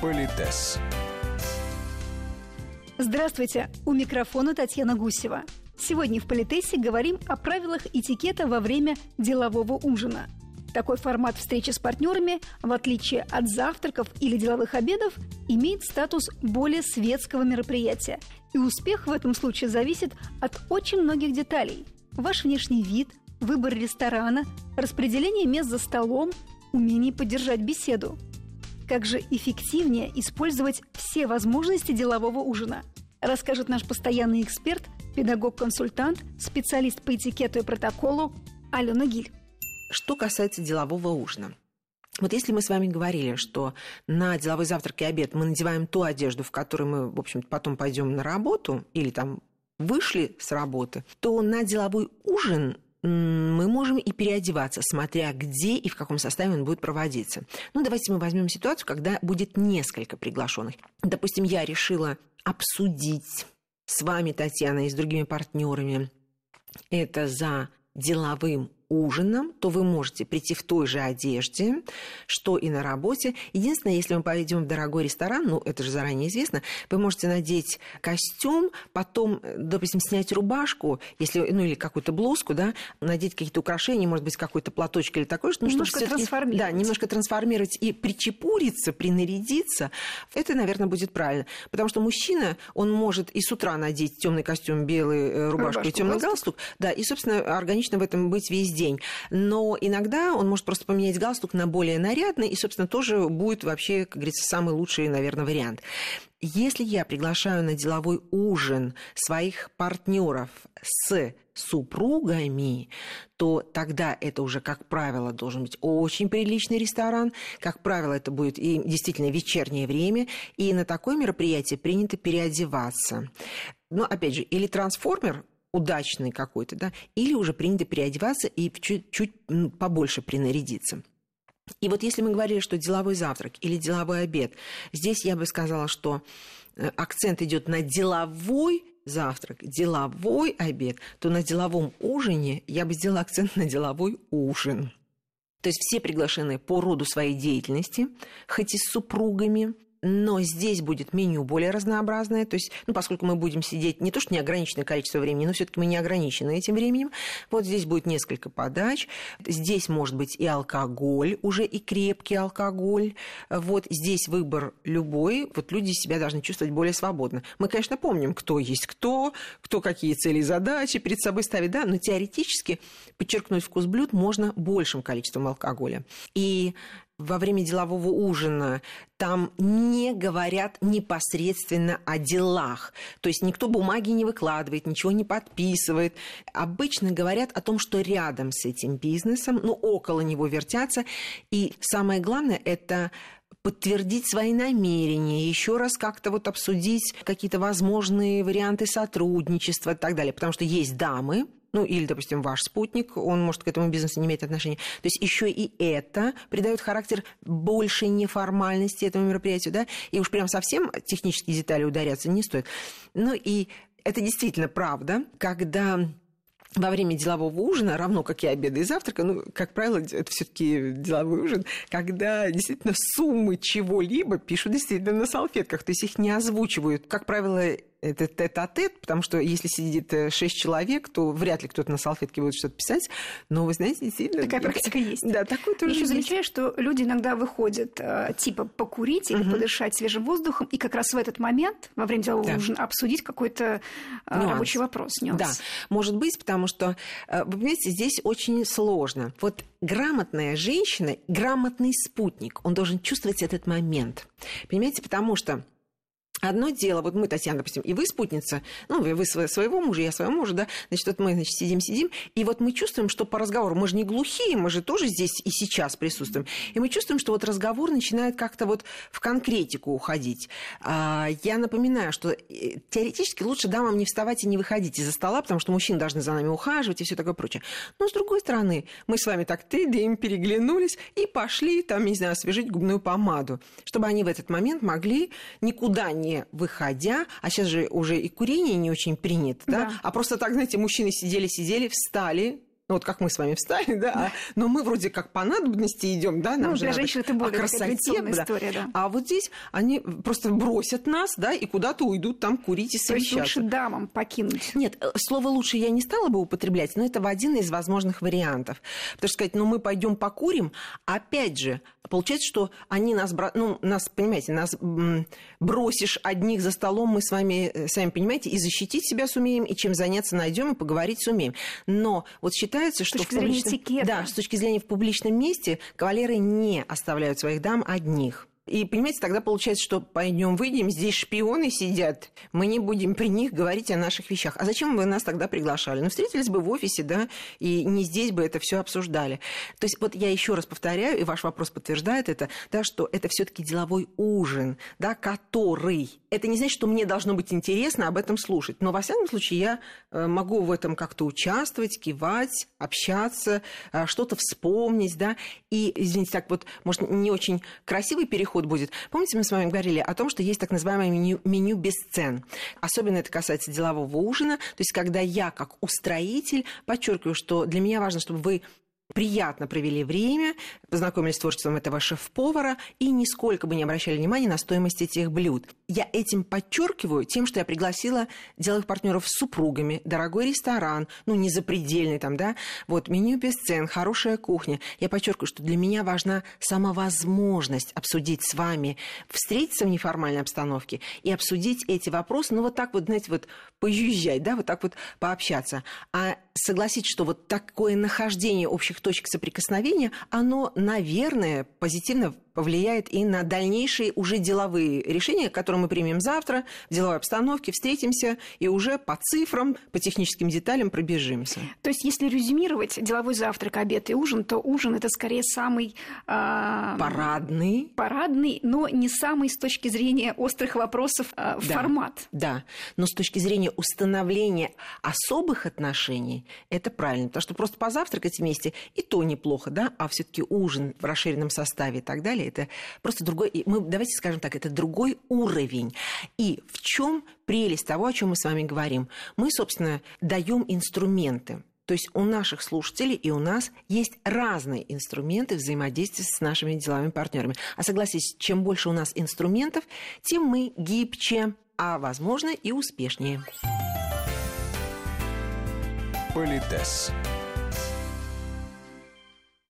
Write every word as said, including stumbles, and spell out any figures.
Политес. Здравствуйте! У микрофона Татьяна Гусева. Сегодня в Политесе говорим о правилах этикета во время делового ужина. Такой формат встречи с партнерами, в отличие от завтраков или деловых обедов, имеет статус более светского мероприятия. И успех в этом случае зависит от очень многих деталей. Ваш внешний вид, выбор ресторана, распределение мест за столом, умение поддержать беседу. Как же эффективнее использовать все возможности делового ужина, расскажет наш постоянный эксперт, педагог-консультант, специалист по этикету и протоколу Алена Гиль. Что касается делового ужина. Вот если мы с вами говорили, что на деловой завтрак и обед мы надеваем ту одежду, в которой мы, в общем-то, потом пойдем на работу или там вышли с работы, то на деловой ужин мы можем и переодеваться, смотря где и в каком составе он будет проводиться. Ну, давайте мы возьмем ситуацию, когда будет несколько приглашенных. Допустим, я решила обсудить с вами, Татьяна, и с другими партнерами это за деловым ужином, то вы можете прийти в той же одежде, что и на работе. Единственное, если мы пойдем в дорогой ресторан, ну, это же заранее известно, вы можете надеть костюм, потом, допустим, снять рубашку, если, ну, или какую-то блузку, да, надеть какие-то украшения, может быть, какой-то платочек или такой, что, ну, немножко чтобы трансформировать. Да, немножко трансформировать и причепуриться, принарядиться. Это, наверное, будет правильно. Потому что мужчина, он может и с утра надеть темный костюм, белую рубашку, рубашку и темный галстук, да, и, собственно, органично в этом быть весь день. Но иногда он может просто поменять галстук на более нарядный, и, собственно, тоже будет вообще, как говорится, самый лучший, наверное, вариант. Если я приглашаю на деловой ужин своих партнеров с супругами, то тогда это уже, как правило, должен быть очень приличный ресторан. Как правило, это будет и действительно вечернее время, и на такое мероприятие принято переодеваться. Но, опять же, или трансформер удачный какой-то, да, или уже принято переодеваться и чуть-чуть побольше принарядиться. И вот если мы говорили, что деловой завтрак или деловой обед, здесь я бы сказала, что акцент идет на деловой завтрак, деловой обед, то на деловом ужине я бы сделала акцент на деловой ужин. То есть все приглашены по роду своей деятельности, хоть и с супругами, но здесь будет меню более разнообразное, то есть, ну, поскольку мы будем сидеть не то что неограниченное количество времени, но все-таки мы не ограничены этим временем. Вот здесь будет несколько подач. Здесь может быть и алкоголь, уже и крепкий алкоголь. Вот здесь выбор любой. Вот люди себя должны чувствовать более свободно. Мы, конечно, помним, кто есть кто, кто какие цели и задачи перед собой ставит, да, но теоретически подчеркнуть вкус блюд можно большим количеством алкоголя. И во время делового ужина там не говорят непосредственно о делах. То есть никто бумаги не выкладывает, ничего не подписывает. Обычно говорят о том, что рядом с этим бизнесом, ну, около него вертятся. И самое главное – это подтвердить свои намерения, еще раз как-то вот обсудить какие-то возможные варианты сотрудничества и так далее. Потому что есть дамы, ну, или, допустим, ваш спутник, он может к этому бизнесу не иметь отношения. То есть еще и это придает характер большей неформальности этому мероприятию, да, и уж прям совсем технические детали ударяться не стоит. Ну, и это действительно правда, когда во время делового ужина, равно как и обеда и завтрака, ну, как правило, это все-таки деловой ужин, когда действительно суммы чего-либо пишут действительно на салфетках, то есть их не озвучивают. Как правило, это тет-а-тет, потому что если сидит шесть человек, то вряд ли кто-то на салфетке будет что-то писать. Но вы знаете, действительно... Такая практика есть. Да, такое тоже еще есть. замечаю, что люди иногда выходят типа покурить или угу. подышать свежим воздухом, и как раз в этот момент, во время делового да. ужина, обсудить какой-то нюанс. Рабочий вопрос. Нюанс. Да, может быть, потому что, вы понимаете, здесь очень сложно. Вот грамотная женщина, грамотный спутник, он должен чувствовать этот момент. Понимаете, потому что одно дело, вот мы, Татьяна, допустим, и вы спутница, ну, вы своего мужа, я своего мужа, да, значит, вот мы, значит, сидим-сидим, и вот мы чувствуем, что по разговору, мы же не глухие, мы же тоже здесь и сейчас присутствуем, и мы чувствуем, что вот разговор начинает как-то вот в конкретику уходить. Я напоминаю, что теоретически лучше дамам не вставать и не выходить из-за стола, потому что мужчины должны за нами ухаживать и все такое прочее. Но, с другой стороны, мы с вами так ты-дым переглянулись и пошли, там, не знаю, освежить губную помаду, чтобы они в этот момент могли никуда не выходя, а сейчас же уже и курение не очень принято, да, да. а просто так, знаете, мужчины сидели-сидели, встали, вот как мы с вами встали, да, да. но мы вроде как по надобности идем, да, нам ну, же для надо женщин это более о красоте, да. история, да. А вот здесь они просто бросят нас, да, и куда-то уйдут там курить и совещаться. То есть лучше дамам покинуть? Нет, слово «лучше» я не стала бы употреблять, но это один из возможных вариантов. Потому что сказать, ну мы пойдем покурим, опять же, получается, что они нас, ну, нас, понимаете, нас бросишь одних за столом, мы с вами, сами понимаете, и защитить себя сумеем, и чем заняться найдем, и поговорить сумеем. Но вот считается, что... С точки зрения этикета. Да, с точки зрения в публичном месте кавалеры не оставляют своих дам одних. И, понимаете, тогда получается, что пойдем выйдем, здесь шпионы сидят, мы не будем при них говорить о наших вещах. А зачем вы нас тогда приглашали? Ну, встретились бы в офисе, да, и не здесь бы это все обсуждали. То есть вот я еще раз повторяю, и ваш вопрос подтверждает это, да, что это все-таки деловой ужин, да, который... Это не значит, что мне должно быть интересно об этом слушать, но, во всяком случае, я могу в этом как-то участвовать, кивать, общаться, что-то вспомнить, да, и, извините, так вот, может, не очень красивый переход будет. Помните, мы с вами говорили о том, что есть так называемое меню, меню без цен. Особенно это касается делового ужина. То есть, когда я, как устроитель, подчеркиваю, что для меня важно, чтобы вы приятно провели время, познакомились с творчеством этого шеф-повара и нисколько бы не обращали внимания на стоимость этих блюд. Я этим подчеркиваю тем, что я пригласила деловых партнеров с супругами, дорогой ресторан, ну, не запредельный там, да, вот, меню без цен, хорошая кухня. Я подчеркиваю, что для меня важна сама возможность обсудить с вами, встретиться в неформальной обстановке и обсудить эти вопросы, ну, вот так вот, знаете, вот поезжать, да, вот так вот пообщаться. А согласитесь, что вот такое нахождение общих точек соприкосновения, оно, наверное, позитивно повлияет и на дальнейшие уже деловые решения, которые мы примем завтра в деловой обстановке, встретимся и уже по цифрам, по техническим деталям пробежимся. То есть, если резюмировать деловой завтрак, обед и ужин, то ужин – это скорее самый… Э, парадный. Парадный, но не самый с точки зрения острых вопросов э, да, формат. Да, но с точки зрения установления особых отношений это правильно, потому что просто позавтракать вместе и то неплохо, да, а все-таки ужин в расширенном составе и так далее, это просто другой, мы, давайте скажем так, это другой уровень. И в чем прелесть того, о чем мы с вами говорим? Мы, собственно, даем инструменты. То есть у наших слушателей и у нас есть разные инструменты взаимодействия с нашими деловыми партнерами. А согласитесь, чем больше у нас инструментов, тем мы гибче, а, возможно, и успешнее. Политес.